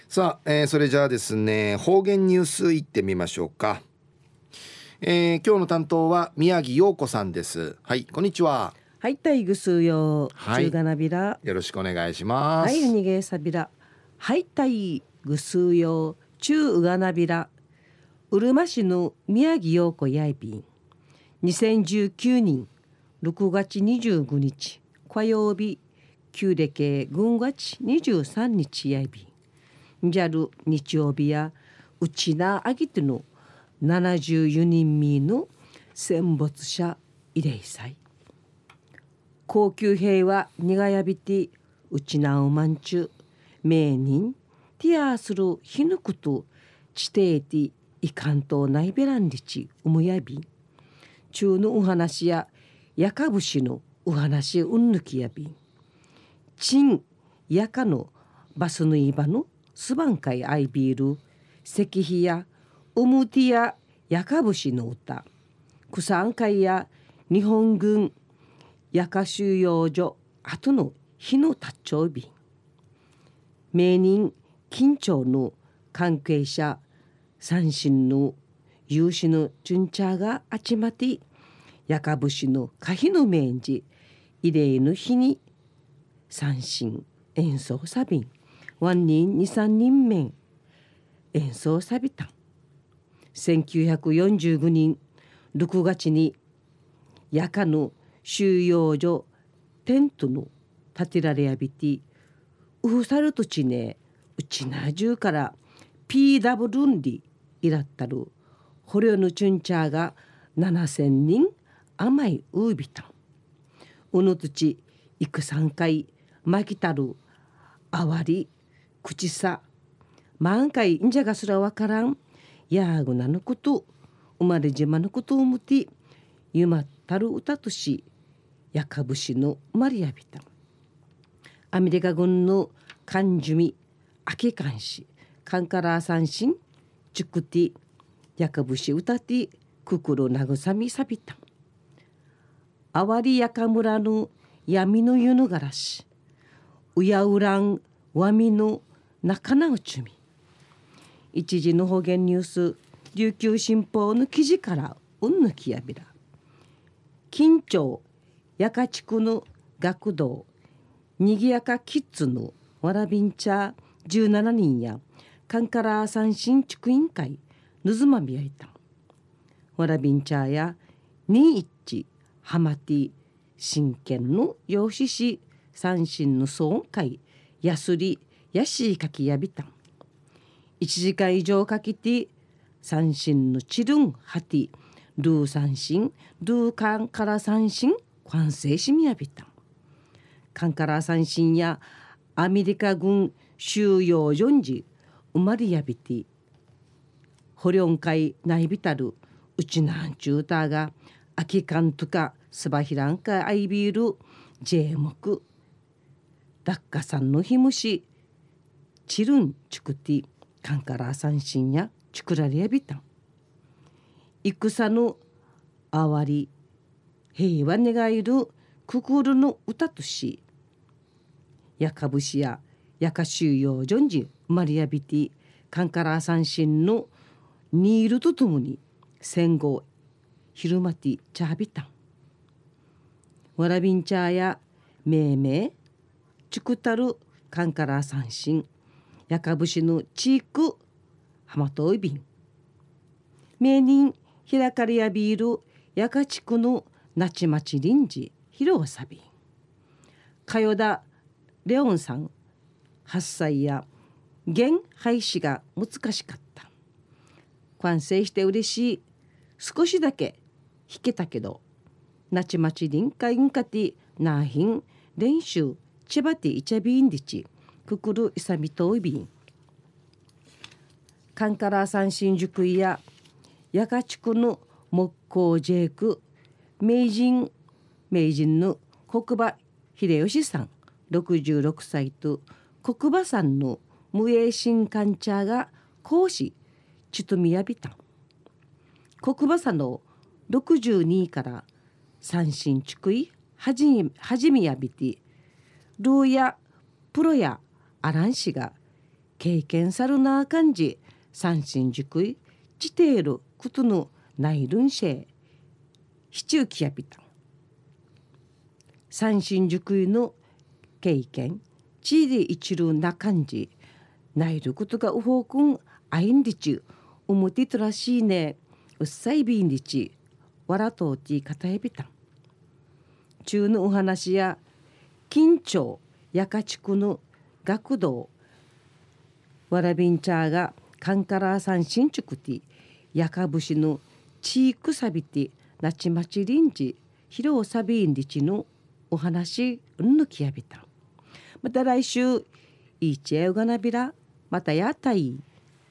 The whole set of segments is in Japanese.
さあ、それじゃあですね、方言ニュースいってみましょうか。今日の担当は宮城陽子さんです。はい、こんにちは。 はい、たいぐすよ。中はい、 がなびら。 よろしくお願いしまはい、はす。 にげさびら。はい、たいぐすよ。中がなびら。うるま市の宮城陽子やいびん。2019年6月25日火曜日、旧暦軍月23日やいびん。じゃる日曜日やうちなあぎての74人みの戦没者慰霊祭。高級兵はにがやびてうちなうまんちゅ名人ティアするひぬくと地底ていかんとないべらんりちうむやび中のお話ややかぶしのお話うんぬきやびちんやかのバスぬいばのすばんかいあいびる石碑やうむてややかぶしの歌くさんかいや日本軍やか収容所後の日のたっちょうびん名人緊張の関係者三振の有志の順茶があちまてやかぶしの可否の面じ慰霊の日に三振演奏さびんワン人二三人面演奏さびたん1945年6月にやかの収容所テントの建てられやびてウフサルトチネうちなじゅうから PW ルンリいらったる捕虜のチュンチャーが7000人甘いうびたんうぬつちいく3回まきたるあわり口さ満開んじゃがすらわからんやーぐなのこと生まれ島のことをむてゆまったる歌としやかぶしのマリアビタンアメリカ軍の艦ジュミアキカンシカンカラー三振チュクティやかぶし歌てくくるなぐさみさびたんあわりやか村の闇の湯のがらしうやうらんわみの中なうちみ一時の方言ニュース琉球新報の記事からうんぬきやびら緊張やか地区の学童にぎやかキッズのわらびんちゃ17人やカンカラー三振地区委員会ぬずまみやいたんわらびんちゃやにいっちはまて真剣の養子し三振の総音会やすりやしいかきやびたん1時間以上かけて三振のチルンハティルー三振ルーカンカラ三振完成しみやびたんカンカラ三振やアメリカ軍収容所時生まれやびて捕虜会ないびたるうちなんちゅうたが空き缶とかすばひらんかあいびるジェーモクダッカさんのひむしチルンチュクティカンカラ三振やチュクラリやびたん戦のあわり平和願いるくくるの歌としやかぶしややか収容所んじマリアビティカンカラ三振のニールとともに戦後昼間ティチャービタンわらびんちゃーやめいめいチュクタルカンカラ三振やかぶしのチークハマトイビン名人ひらかりやビールやか地区のなちまち臨時広わさびんかよだレオンさん8歳や現廃止が難しかった完成して嬉しい少しだけ弾けたけどなちまち臨会んかてなひん練習ちばていちゃびんでちくくるいさみといびんカンカラ三振塾ややか地区の木工ジェイク名人の国場秀吉さん66歳と国場さんの無栄新館茶が講師ちとみやびたん国場さんの62から三振ちくいはじみやびてルーやプロやアラン氏が経験さるな感じ三新塾いちていることのないるんしえシチューキヤピタン三新塾いの経験ちで一るな感じないることがうほうくんあいんりちうむてとらしいねうっさいびんりちわらとうてかたえびたん中のお話や緊張やかちくの学童わらびんちゃーがカンカラーさん新築てやかぶしのちいくさびてなちまちりんじひろうさびんりちのお話うんぬきやびたまた来週いいちえうがなびらまたやったい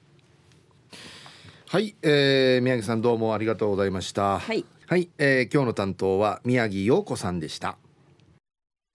はい、宮城さんどうもありがとうございました。 はい、 はい、今日の担当は宮城陽子さんでした。